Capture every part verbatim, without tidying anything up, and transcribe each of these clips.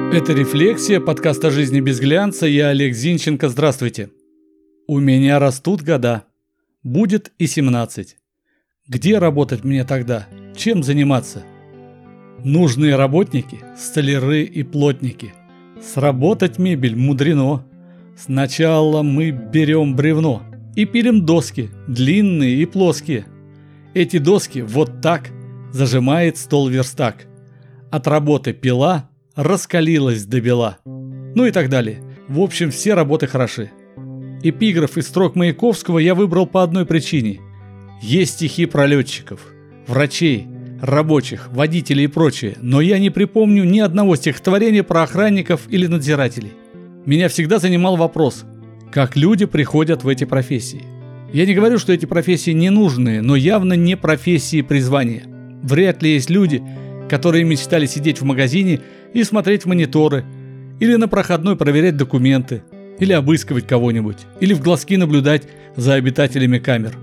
Это «Рефлексия», подкаст о жизни без глянца. Я Олег Зинченко. Здравствуйте. У меня растут года. Будет и семнадцать. Где работать мне тогда? Чем заниматься? Нужные работники, столяры и плотники. Сработать мебель мудрено. Сначала мы берем бревно и пилим доски, длинные и плоские. Эти доски вот так зажимает стол верстак. От работы пила раскалилась до бела. Ну и так далее. В общем, все работы хороши. Эпиграф из строк Маяковского я выбрал по одной причине. Есть стихи про летчиков, врачей, рабочих, водителей и прочее, но я не припомню ни одного стихотворения про охранников или надзирателей. Меня всегда занимал вопрос, как люди приходят в эти профессии. Я не говорю, что эти профессии не нужные, но явно не профессии призвания. Вряд ли есть люди, которые мечтали сидеть в магазине и смотреть в мониторы, или на проходной проверять документы, или обыскивать кого-нибудь, или в глазки наблюдать за обитателями камер.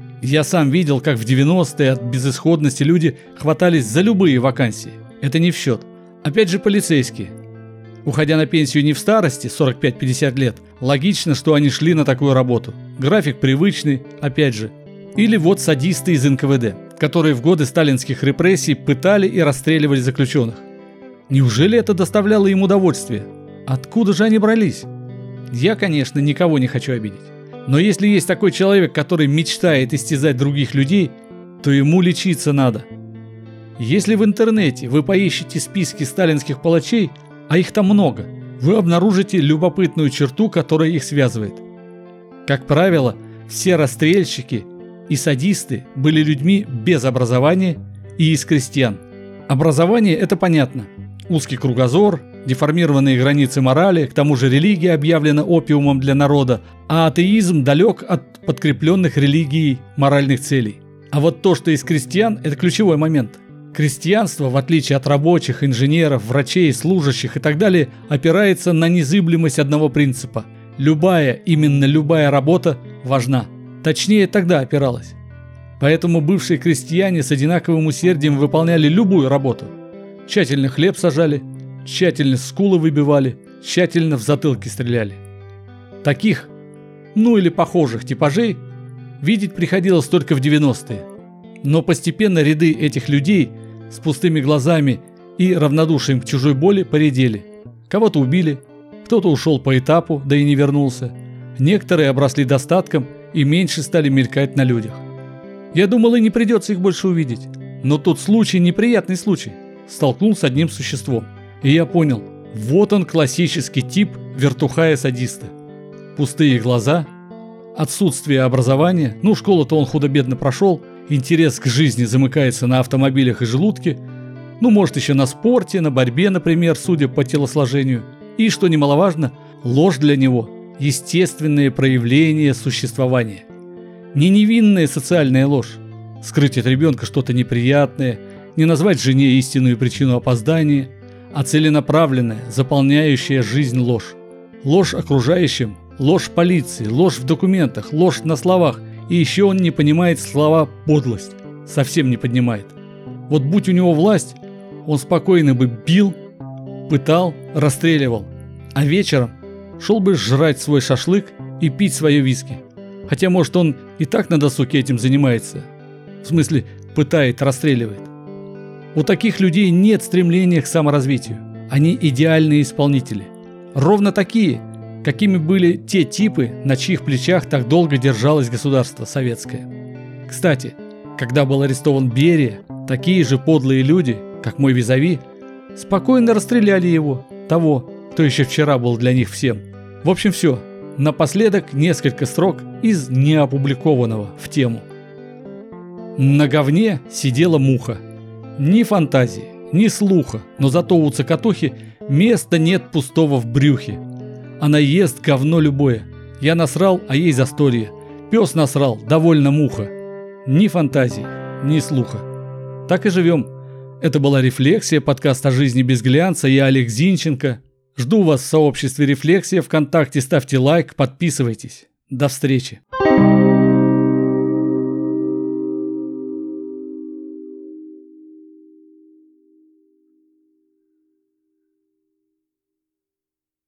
Я сам видел, как в девяностые от безысходности люди хватались за любые вакансии. Это не в счет. Опять же полицейские. Уходя на пенсию не в старости, сорок пять - пятьдесят лет, логично, что они шли на такую работу. График привычный, опять же. Или вот садисты из эн ка вэ дэ, которые в годы сталинских репрессий пытали и расстреливали заключенных. Неужели это доставляло им удовольствие? Откуда же они брались? Я, конечно, никого не хочу обидеть. Но если есть такой человек, который мечтает истязать других людей, то ему лечиться надо. Если в интернете вы поищете списки сталинских палачей, а их там много, вы обнаружите любопытную черту, которая их связывает. Как правило, все расстрельщики и садисты были людьми без образования и из крестьян. Образование – это понятно. Узкий кругозор, деформированные границы морали, к тому же религия объявлена опиумом для народа, а атеизм далек от подкрепленных религией моральных целей. А вот то, что из крестьян – это ключевой момент. Крестьянство, в отличие от рабочих, инженеров, врачей, служащих и так далее, опирается на незыблемость одного принципа. Любая, именно любая работа важна. Точнее, тогда опиралась. Поэтому бывшие крестьяне с одинаковым усердием выполняли любую работу. Тщательно хлеб сажали, тщательно скулы выбивали, тщательно в затылки стреляли. Таких, ну или похожих типажей видеть приходилось только в девяностые. Но постепенно ряды этих людей с пустыми глазами и равнодушием к чужой боли поредели. Кого-то убили, кто-то ушел по этапу, да и не вернулся. Некоторые обросли достатком и меньше стали мелькать на людях. Я думал, и не придется их больше увидеть. Но тут случай, неприятный случай. Столкнулся с одним существом. И я понял, вот он классический тип вертухая-садиста. Пустые глаза, отсутствие образования, ну школу-то он худо-бедно прошел, интерес к жизни замыкается на автомобилях и желудке, ну может еще на спорте, на борьбе, например, судя по телосложению. И, что немаловажно, ложь для него – естественное проявление существования. Не невинная социальная ложь. Скрыть от ребенка что-то неприятное, не назвать жене истинную причину опоздания, а целенаправленная, заполняющая жизнь ложь. Ложь окружающим, ложь полиции, ложь в документах, ложь на словах. И еще он не понимает слова «подлость». Совсем не понимает. Вот будь у него власть, он спокойно бы бил, пытал, расстреливал. А вечером шел бы жрать свой шашлык и пить свое виски. Хотя, может, он и так на досуге этим занимается. В смысле, пытает, расстреливает. У таких людей нет стремления к саморазвитию. Они идеальные исполнители. Ровно такие, какими были те типы, на чьих плечах так долго держалось государство советское. Кстати, когда был арестован Берия, такие же подлые люди, как мой визави, спокойно расстреляли его, того, кто еще вчера был для них всем. В общем, все. Напоследок несколько строк из неопубликованного в тему. На говне сидела муха. Ни фантазии, ни слуха, но зато у цокотухи места нет пустого в брюхе. Она ест говно любое. Я насрал, а ей застолье. Пес насрал, довольно муха. Ни фантазии, ни слуха. Так и живем. Это была «Рефлексия», подкаст о жизни без глянца. Я Олег Зинченко. Жду вас в сообществе «Рефлексия» ВКонтакте. Ставьте лайк, подписывайтесь. До встречи.